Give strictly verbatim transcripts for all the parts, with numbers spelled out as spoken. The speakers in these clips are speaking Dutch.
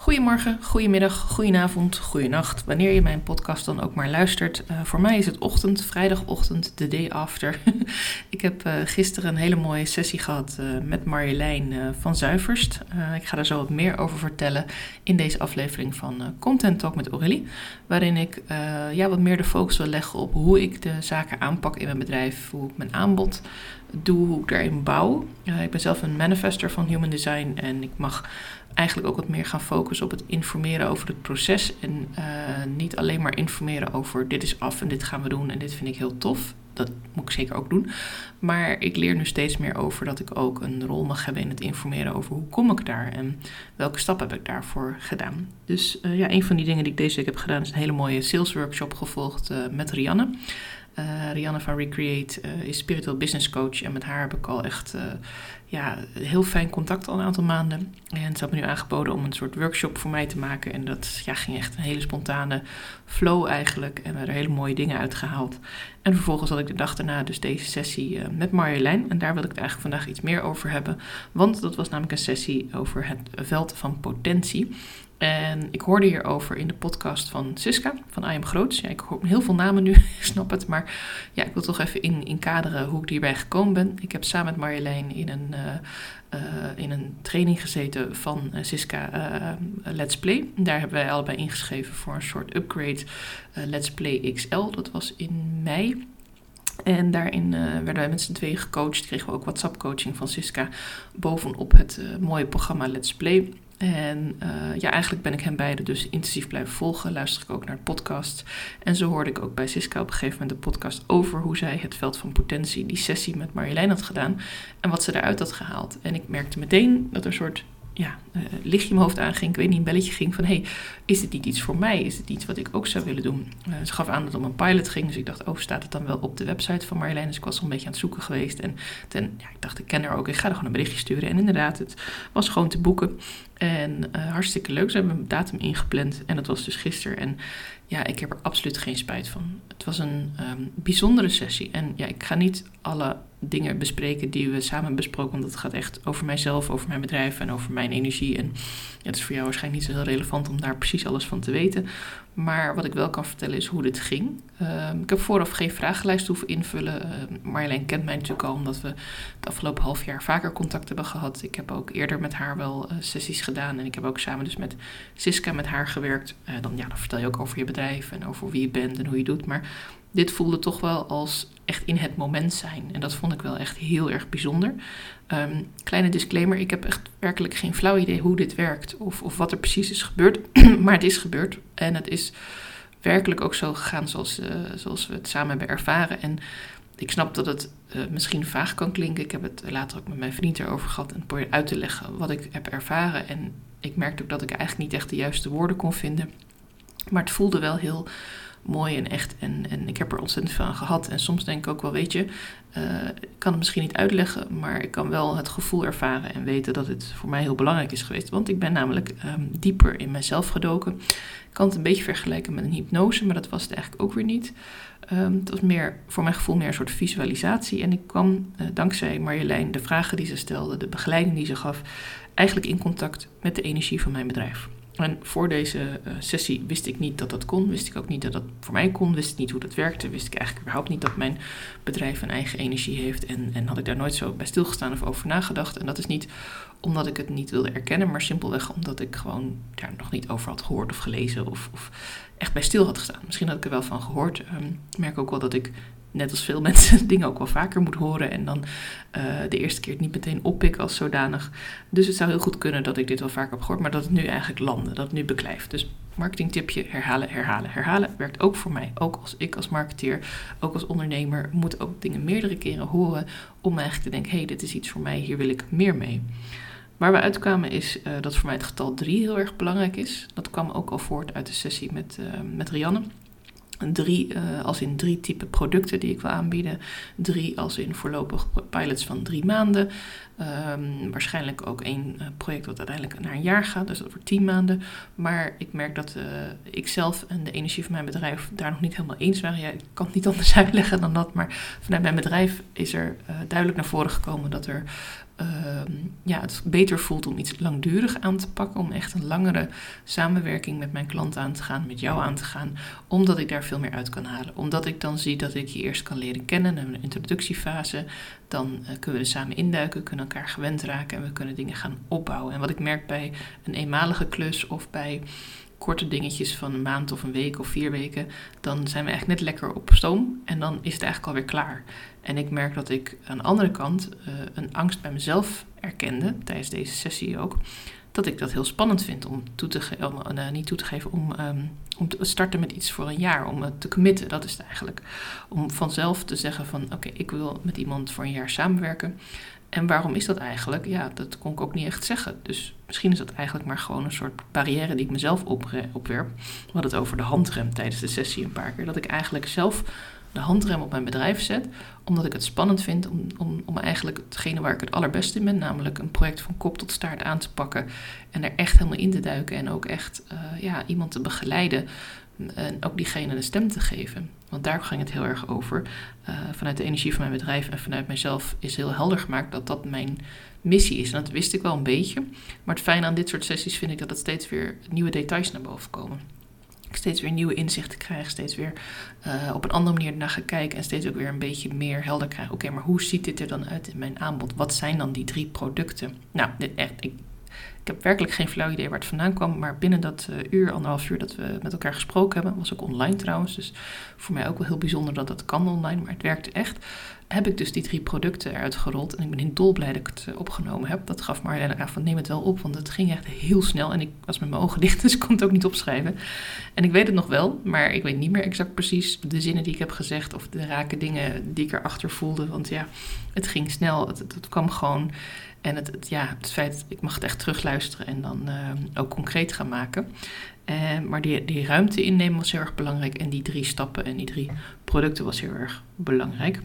Goedemorgen, goedemiddag, goedenavond, goedenacht. Wanneer je mijn podcast dan ook maar luistert. Uh, voor mij is het ochtend, vrijdagochtend, the day after. ik heb uh, gisteren een hele mooie sessie gehad uh, met Marjolein uh, van Zuiverst. Uh, ik ga daar zo wat meer over vertellen in deze aflevering van uh, Content Talk met Aurélie. Waarin ik uh, ja, wat meer de focus wil leggen op hoe ik de zaken aanpak in mijn bedrijf. Hoe ik mijn aanbod doe, hoe ik daarin bouw. Uh, ik ben zelf een manifester van Human Design en ik mag eigenlijk ook wat meer gaan focussen op het informeren over het proces. En uh, niet alleen maar informeren over dit is af en dit gaan we doen en dit vind ik heel tof. Dat moet ik zeker ook doen. Maar ik leer nu steeds meer over dat ik ook een rol mag hebben in het informeren over hoe kom ik daar en welke stappen heb ik daarvoor gedaan. Dus uh, ja, een van die dingen die ik deze week heb gedaan is een hele mooie sales workshop gevolgd uh, met Rianne. Uh, Rianne van Recreate uh, is spiritual business coach en met haar heb ik al echt uh, ja, heel fijn contact al een aantal maanden. En ze had me nu aangeboden om een soort workshop voor mij te maken en dat ja, ging echt een hele spontane flow eigenlijk en we hebben er hele mooie dingen uitgehaald. En vervolgens had ik de dag daarna dus deze sessie uh, met Marjolein en daar wil ik het eigenlijk vandaag iets meer over hebben, want dat was namelijk een sessie over het veld van potentie. En ik hoorde hierover in de podcast van Siska, van I Am Groots. Ja, ik hoor heel veel namen nu, ik snap het. Maar ja, ik wil toch even in, in kaderen hoe ik hierbij gekomen ben. Ik heb samen met Marjolein in een, uh, uh, in een training gezeten van uh, Siska uh, Let's Play. Daar hebben wij allebei ingeschreven voor een soort upgrade uh, Let's Play X L. Dat was in mei. En daarin uh, werden wij met z'n tweeën gecoacht. Kregen we ook WhatsApp-coaching van Siska bovenop het uh, mooie programma Let's Play. En uh, ja, eigenlijk ben ik hen beiden dus intensief blijven volgen. Luister ik ook naar de podcast. En zo hoorde ik ook bij Siska op een gegeven moment de podcast over hoe zij het veld van potentie, die sessie met Marjolein had gedaan. En wat ze daaruit had gehaald. En ik merkte meteen dat er een soort ja, uh, lichtje in mijn hoofd aanging. Ik weet niet, een belletje ging van, hey, is dit niet iets voor mij? Is dit iets wat ik ook zou willen doen? Uh, ze gaf aan dat het om een pilot ging. Dus ik dacht, oh, staat het dan wel op de website van Marjolein? Dus ik was al een beetje aan het zoeken geweest. En ten, ja, ik dacht, ik ken haar ook. Ik ga er gewoon een berichtje sturen. En inderdaad, het was gewoon te boeken. En uh, hartstikke leuk. Ze hebben een datum ingepland. En dat was dus gisteren. En ja, ik heb er absoluut geen spijt van. Het was een um, bijzondere sessie. En ja, ik ga niet alle dingen bespreken die we samen besproken. Want het gaat echt over mijzelf, over mijn bedrijf en over mijn energie. En ja, het is voor jou waarschijnlijk niet zo heel relevant om daar precies alles van te weten. Maar wat ik wel kan vertellen is hoe dit ging. Uh, ik heb vooraf geen vragenlijst hoeven invullen. Uh, Marjolein kent mij natuurlijk al omdat we het afgelopen half jaar vaker contact hebben gehad. Ik heb ook eerder met haar wel uh, sessies gedaan. En ik heb ook samen dus met Siska met haar gewerkt. Uh, dan, ja, dan vertel je ook over je bedrijf en over wie je bent en hoe je doet. Maar dit voelde toch wel als echt in het moment zijn. En dat vond ik wel echt heel erg bijzonder. Um, kleine disclaimer, ik heb echt werkelijk geen flauw idee hoe dit werkt. Of, of wat er precies is gebeurd. Maar het is gebeurd. En het is werkelijk ook zo gegaan zoals, uh, zoals we het samen hebben ervaren. En ik snap dat het uh, misschien vaag kan klinken. Ik heb het later ook met mijn vriend erover gehad. En probeer uit te leggen wat ik heb ervaren. En ik merkte ook dat ik eigenlijk niet echt de juiste woorden kon vinden. Maar het voelde wel heel mooi en echt. En, en ik heb er ontzettend veel aan gehad. En soms denk ik ook wel, weet je, uh, ik kan het misschien niet uitleggen, maar ik kan wel het gevoel ervaren en weten dat het voor mij heel belangrijk is geweest. Want ik ben namelijk um, dieper in mezelf gedoken. Ik kan het een beetje vergelijken met een hypnose, maar dat was het eigenlijk ook weer niet. Um, het was meer, voor mijn gevoel, meer een soort visualisatie. En ik kwam, uh, dankzij Marjolein, de vragen die ze stelde, de begeleiding die ze gaf, eigenlijk in contact met de energie van mijn bedrijf. En voor deze uh, sessie wist ik niet dat dat kon. Wist ik ook niet dat dat voor mij kon. Wist ik niet hoe dat werkte. Wist ik eigenlijk überhaupt niet dat mijn bedrijf een eigen energie heeft. En, en had ik daar nooit zo bij stilgestaan of over nagedacht. En dat is niet omdat ik het niet wilde erkennen. Maar simpelweg omdat ik gewoon daar nog niet over had gehoord of gelezen. Of, of echt bij stil had gestaan. Misschien had ik er wel van gehoord. Um, ik merk ook wel dat ik, net als veel mensen, dingen ook wel vaker moet horen. En dan uh, de eerste keer het niet meteen oppik als zodanig. Dus het zou heel goed kunnen dat ik dit wel vaker heb gehoord. Maar dat het nu eigenlijk landde. Dat het nu beklijft. Dus marketingtipje, herhalen, herhalen, herhalen. Werkt ook voor mij. Ook als ik als marketeer, ook als ondernemer, moet ook dingen meerdere keren horen. Om eigenlijk te denken, hé, hey, dit is iets voor mij. Hier wil ik meer mee. Waar we uitkwamen is uh, dat voor mij het getal drie heel erg belangrijk is. Dat kwam ook al voort uit de sessie met, uh, met Rianne. Drie uh, als in drie type producten die ik wil aanbieden. Drie als in voorlopig pilots van drie maanden. Um, waarschijnlijk ook één uh, project wat uiteindelijk naar een jaar gaat. Dus dat wordt tien maanden. Maar ik merk dat uh, ik zelf en de energie van mijn bedrijf daar nog niet helemaal eens waren. Ja, ik kan het niet anders uitleggen dan dat. Maar vanuit mijn bedrijf is er uh, duidelijk naar voren gekomen dat er uh, ja, het beter voelt om iets langdurig aan te pakken. Om echt een langere samenwerking met mijn klant aan te gaan, met jou aan te gaan. Omdat ik daar veel meer uit kan halen. Omdat ik dan zie dat ik je eerst kan leren kennen, een introductiefase. Dan uh, kunnen we er samen induiken, kunnen elkaar gewend raken en we kunnen dingen gaan opbouwen. En wat ik merk bij een eenmalige klus of bij korte dingetjes van een maand of een week of vier weken, dan zijn we eigenlijk net lekker op stoom en dan is het eigenlijk alweer klaar. En ik merk dat ik aan de andere kant uh, een angst bij mezelf erkende, tijdens deze sessie ook, dat ik dat heel spannend vind om toe te ge- om, uh, niet toe te geven, om, um, om te starten met iets voor een jaar, om uh, te committen, dat is het eigenlijk. Om vanzelf te zeggen van, oké, okay, ik wil met iemand voor een jaar samenwerken. En waarom is dat eigenlijk? Ja, dat kon ik ook niet echt zeggen. Dus misschien is dat eigenlijk maar gewoon een soort barrière die ik mezelf opre- opwerp. We hadden het over de handrem tijdens de sessie een paar keer. Dat ik eigenlijk zelf de handrem op mijn bedrijf zet, omdat ik het spannend vind om, om, om eigenlijk hetgene waar ik het allerbeste in ben, namelijk een project van kop tot staart aan te pakken en er echt helemaal in te duiken en ook echt uh, ja, iemand te begeleiden en ook diegene een stem te geven. Want daar ging het heel erg over. Uh, vanuit de energie van mijn bedrijf en vanuit mijzelf is heel helder gemaakt dat dat mijn missie is. En dat wist ik wel een beetje. Maar het fijne aan dit soort sessies vind ik dat het steeds weer nieuwe details naar boven komen. Ik steeds weer nieuwe inzichten krijg, steeds weer uh, op een andere manier naar ga kijken en steeds ook weer een beetje meer helder krijg. Oké, okay, maar hoe ziet dit er dan uit in mijn aanbod? Wat zijn dan die drie producten? Nou, dit echt, ik, ik heb werkelijk geen flauw idee waar het vandaan kwam, maar binnen dat uh, uur, anderhalf uur dat we met elkaar gesproken hebben, was ook online trouwens, dus voor mij ook wel heel bijzonder dat dat kan online, maar het werkte echt. Heb ik dus die drie producten eruit gerold en ik ben heel dolblij dat ik het opgenomen heb. Dat gaf Marjoleine aan van neem het wel op, want het ging echt heel snel en ik was met mijn ogen dicht, dus ik kon het ook niet opschrijven. En ik weet het nog wel, maar ik weet niet meer exact precies de zinnen die ik heb gezegd of de rake dingen die ik erachter voelde, want ja, het ging snel, het, het, het kwam gewoon en het, het, ja, het feit, ik mag het echt terugluisteren en dan uh, ook concreet gaan maken. Uh, maar die, die ruimte innemen was heel erg belangrijk en die drie stappen en die drie producten was heel erg belangrijk.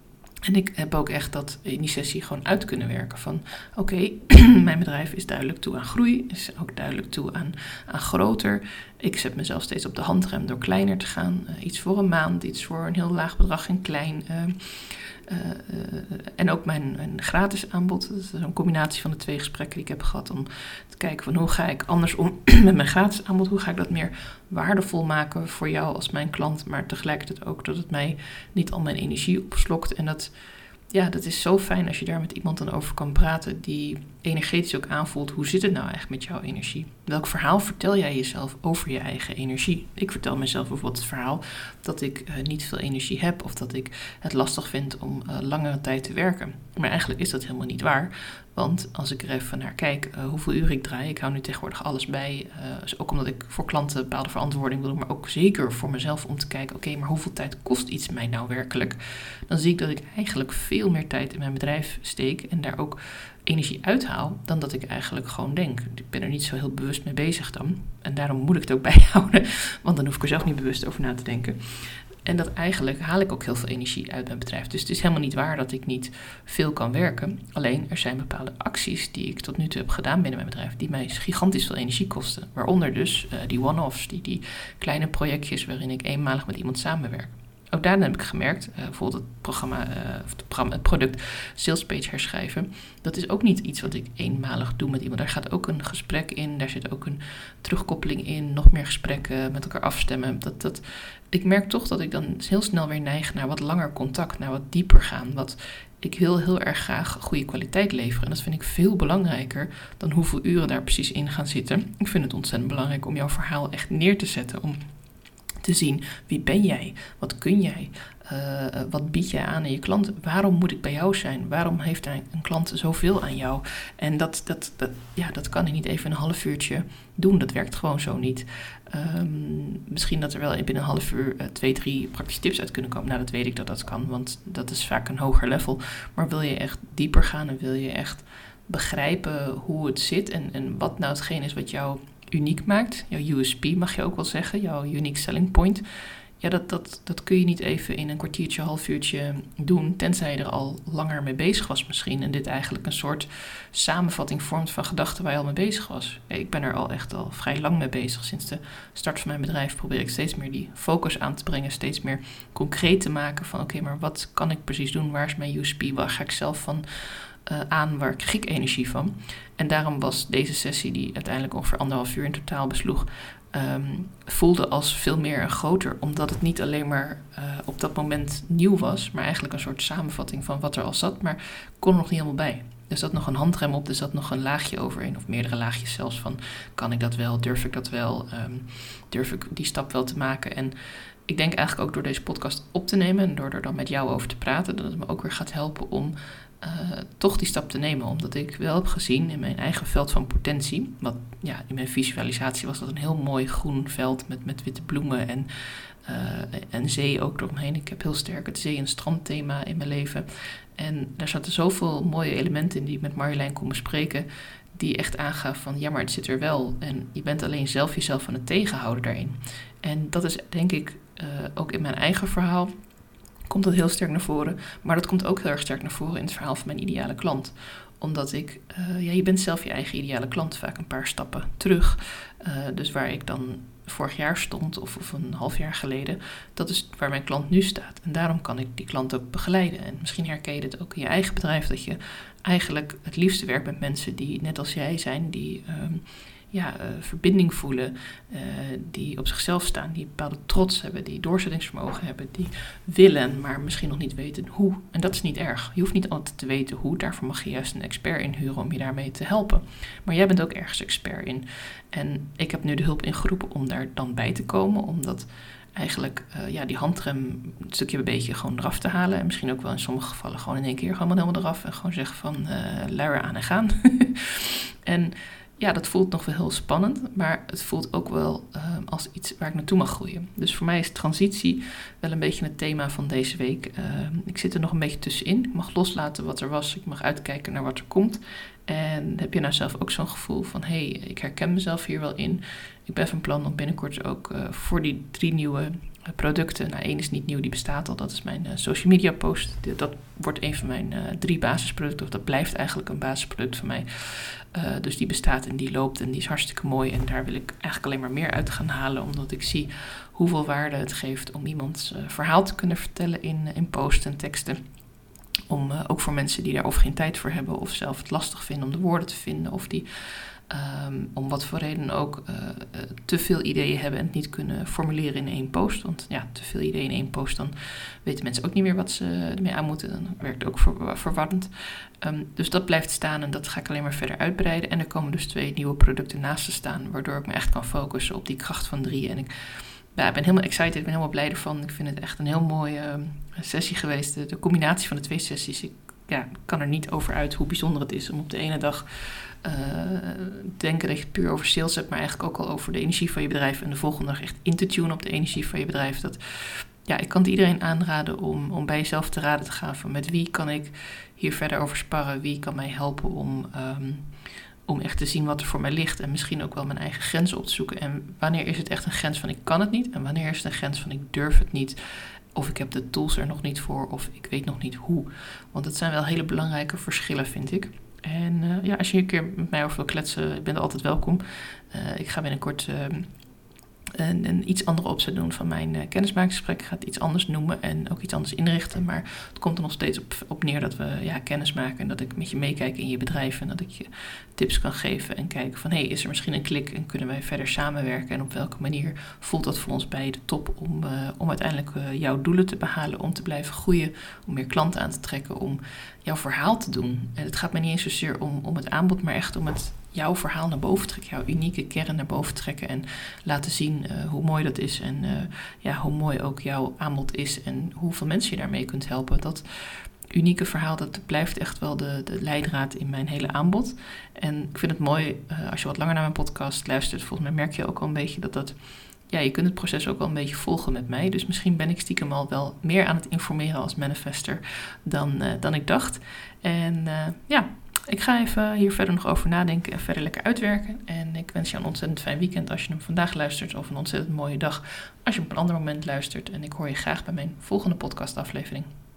En ik heb ook echt dat in die sessie gewoon uit kunnen werken van oké, okay, mijn bedrijf is duidelijk toe aan groei, is ook duidelijk toe aan, aan groter. Ik zet mezelf steeds op de handrem door kleiner te gaan. Uh, iets voor een maand, iets voor een heel laag bedrag en klein. Uh, uh, uh, en ook mijn, mijn gratis aanbod. Dat is een combinatie van de twee gesprekken die ik heb gehad om te kijken van hoe ga ik anders om met mijn gratis aanbod. Hoe ga ik dat meer waardevol maken voor jou als mijn klant. Maar tegelijkertijd ook dat het mij niet al mijn energie opslokt. En dat, ja, dat is zo fijn als je daar met iemand dan over kan praten die energetisch ook aanvoelt. Hoe zit het nou eigenlijk met jouw energie? Welk verhaal vertel jij jezelf over je eigen energie? Ik vertel mezelf bijvoorbeeld het verhaal dat ik uh, niet veel energie heb of dat ik het lastig vind om uh, langere tijd te werken. Maar eigenlijk is dat helemaal niet waar. Want als ik er even naar kijk uh, hoeveel uur ik draai, ik hou nu tegenwoordig alles bij. Uh, dus ook omdat ik voor klanten een bepaalde verantwoording wil doen, maar ook zeker voor mezelf om te kijken, oké, okay, maar hoeveel tijd kost iets mij nou werkelijk? Dan zie ik dat ik eigenlijk veel meer tijd in mijn bedrijf steek en daar ook energie uithaal dan dat ik eigenlijk gewoon denk. Ik ben er niet zo heel bewust mee bezig dan. En daarom moet ik het ook bijhouden, want dan hoef ik er zelf niet bewust over na te denken. En dat eigenlijk haal ik ook heel veel energie uit mijn bedrijf. Dus het is helemaal niet waar dat ik niet veel kan werken. Alleen er zijn bepaalde acties die ik tot nu toe heb gedaan binnen mijn bedrijf, die mij gigantisch veel energie kosten. Waaronder dus uh, die one-offs, die, die kleine projectjes waarin ik eenmalig met iemand samenwerk. Ook daarna heb ik gemerkt, uh, bijvoorbeeld het programma, uh, of het, programma, het product salespage herschrijven. Dat is ook niet iets wat ik eenmalig doe met iemand. Daar gaat ook een gesprek in, daar zit ook een terugkoppeling in, nog meer gesprekken met elkaar afstemmen. Dat, dat, ik merk toch dat ik dan heel snel weer neig naar wat langer contact, naar wat dieper gaan. Wat, ik wil heel erg graag goede kwaliteit leveren. En dat vind ik veel belangrijker dan hoeveel uren daar precies in gaan zitten. Ik vind het ontzettend belangrijk om jouw verhaal echt neer te zetten, om te zien, wie ben jij? Wat kun jij? Uh, wat bied jij aan aan je klant? Waarom moet ik bij jou zijn? Waarom heeft een, een klant zoveel aan jou? En dat, dat, dat, ja, dat kan ik niet even een half uurtje doen. Dat werkt gewoon zo niet. Um, misschien dat er wel binnen een half uur uh, twee, drie praktische tips uit kunnen komen. Nou, dat weet ik dat dat kan, want dat is vaak een hoger level. Maar wil je echt dieper gaan en wil je echt begrijpen hoe het zit en, en wat nou hetgeen is wat jou uniek maakt, jouw U S P mag je ook wel zeggen, jouw unique selling point. Ja, dat, dat, dat kun je niet even in een kwartiertje, half uurtje doen, tenzij je er al langer mee bezig was misschien. En dit eigenlijk een soort samenvatting vormt van gedachten waar je al mee bezig was. Ik ben er al echt al vrij lang mee bezig. Sinds de start van mijn bedrijf probeer ik steeds meer die focus aan te brengen, steeds meer concreet te maken van oké, okay, maar wat kan ik precies doen? Waar is mijn U S P? Waar ga ik zelf van uh, aan, waar kreeg ik energie van. En daarom was deze sessie, die uiteindelijk ongeveer anderhalf uur in totaal besloeg, Um, voelde als veel meer en groter, omdat het niet alleen maar uh, op dat moment nieuw was, maar eigenlijk een soort samenvatting van wat er al zat, maar kon er nog niet helemaal bij. Er zat nog een handrem op, er zat nog een laagje overheen, of meerdere laagjes zelfs, van kan ik dat wel, durf ik dat wel, um, durf ik die stap wel te maken. En ik denk eigenlijk ook door deze podcast op te nemen en door er dan met jou over te praten, dat het me ook weer gaat helpen om Uh, toch die stap te nemen. Omdat ik wel heb gezien in mijn eigen veld van potentie, wat ja, in mijn visualisatie was dat een heel mooi groen veld met, met witte bloemen en, uh, en zee ook eromheen. Ik heb heel sterk het zee- en strandthema in mijn leven. En daar zaten zoveel mooie elementen in die ik met Marjolein kon bespreken, die echt aangaf van ja, maar het zit er wel. En je bent alleen zelf jezelf aan het tegenhouden daarin. En dat is denk ik uh, ook in mijn eigen verhaal komt dat heel sterk naar voren. Maar dat komt ook heel erg sterk naar voren in het verhaal van mijn ideale klant. Omdat ik, uh, ja, je bent zelf je eigen ideale klant, vaak een paar stappen terug. Uh, dus waar ik dan vorig jaar stond, of, of een half jaar geleden, dat is waar mijn klant nu staat. En daarom kan ik die klant ook begeleiden. En misschien herken je dit ook in je eigen bedrijf, dat je eigenlijk het liefste werkt met mensen die net als jij zijn, die Um, ja, uh, verbinding voelen, uh, die op zichzelf staan, die bepaalde trots hebben, die doorzettingsvermogen hebben, die willen, maar misschien nog niet weten hoe. En dat is niet erg. Je hoeft niet altijd te weten hoe. Daarvoor mag je juist een expert inhuren om je daarmee te helpen. Maar jij bent ook ergens expert in. En ik heb nu de hulp ingeroepen om daar dan bij te komen, omdat eigenlijk uh, ja, die handrem een stukje een beetje gewoon eraf te halen. En misschien ook wel in sommige gevallen gewoon in één keer gewoon helemaal eraf en gewoon zeggen van uh, luier aan en gaan. En ja, dat voelt nog wel heel spannend, maar het voelt ook wel uh, als iets waar ik naartoe mag groeien. Dus voor mij is transitie wel een beetje het thema van deze week. Uh, ik zit er nog een beetje tussenin. Ik mag loslaten wat er was. Ik mag uitkijken naar wat er komt. En heb je nou zelf ook zo'n gevoel van, hé, hey, ik herken mezelf hier wel in. Ik ben van plan om binnenkort ook uh, voor die drie nieuwe uh, producten. Nou, één is niet nieuw, die bestaat al. Dat is mijn uh, social media post. Dat wordt een van mijn uh, drie basisproducten. Of dat blijft eigenlijk een basisproduct van mij. Uh, dus die bestaat en die loopt en die is hartstikke mooi. En daar wil ik eigenlijk alleen maar meer uit gaan halen. Omdat ik zie hoeveel waarde het geeft om iemands uh, verhaal te kunnen vertellen in, uh, in posts en teksten. Om uh, ook voor mensen die daar of geen tijd voor hebben of zelf het lastig vinden om de woorden te vinden. Of die um, om wat voor reden ook uh, uh, te veel ideeën hebben en het niet kunnen formuleren in één post. Want ja, te veel ideeën in één post, dan weten mensen ook niet meer wat ze ermee aan moeten. Dan werkt het ook ver, verwarrend. Um, dus dat blijft staan en dat ga ik alleen maar verder uitbreiden. En er komen dus twee nieuwe producten naast te staan, waardoor ik me echt kan focussen op die kracht van drie. En ik Ja, ik ben helemaal excited, ik ben helemaal blij ervan. Ik vind het echt een heel mooie uh, sessie geweest. De, de combinatie van de twee sessies, ik ja, kan er niet over uit hoe bijzonder het is om op de ene dag uh, denken dat je het puur over sales hebt, maar eigenlijk ook al over de energie van je bedrijf. En de volgende dag echt in te tunen op de energie van je bedrijf. Dat, ja, ik kan het iedereen aanraden om, om bij jezelf te raden te gaan van met wie kan ik hier verder over sparren, wie kan mij helpen om Um, om echt te zien wat er voor mij ligt en misschien ook wel mijn eigen grenzen op te zoeken. En wanneer is het echt een grens van ik kan het niet en wanneer is het een grens van ik durf het niet of ik heb de tools er nog niet voor of ik weet nog niet hoe. Want dat zijn wel hele belangrijke verschillen, vind ik. En uh, ja, als je een keer met mij over wil kletsen, ik ben er altijd welkom. Uh, ik ga binnenkort Uh, Een, een iets andere opzet doen van mijn uh, kennismakingsgesprek. Ik ga het iets anders noemen en ook iets anders inrichten. Maar het komt er nog steeds op, op neer dat we ja, kennis maken. En dat ik met je meekijk in je bedrijf. En dat ik je tips kan geven. En kijken van, hé, hey, is er misschien een klik? En kunnen wij verder samenwerken? En op welke manier voelt dat voor ons beiden top? Om, uh, om uiteindelijk uh, jouw doelen te behalen. Om te blijven groeien. Om meer klanten aan te trekken. Om jouw verhaal te doen. En het gaat mij niet eens zozeer om, om het aanbod. Maar echt om het jouw verhaal naar boven trekken, jouw unieke kern naar boven trekken en laten zien uh, hoe mooi dat is en uh, ja, hoe mooi ook jouw aanbod is en hoeveel mensen je daarmee kunt helpen. Dat unieke verhaal, dat blijft echt wel de, de leidraad in mijn hele aanbod. En ik vind het mooi, uh, als je wat langer naar mijn podcast luistert, volgens mij merk je ook al een beetje dat dat, ja, je kunt het proces ook wel een beetje volgen met mij. Dus misschien ben ik stiekem al wel meer aan het informeren als manifester dan, uh, dan ik dacht. En uh, ja, ik ga even hier verder nog over nadenken en verder lekker uitwerken. En ik wens je een ontzettend fijn weekend als je hem vandaag luistert. Of een ontzettend mooie dag als je op een ander moment luistert. En ik hoor je graag bij mijn volgende podcastaflevering.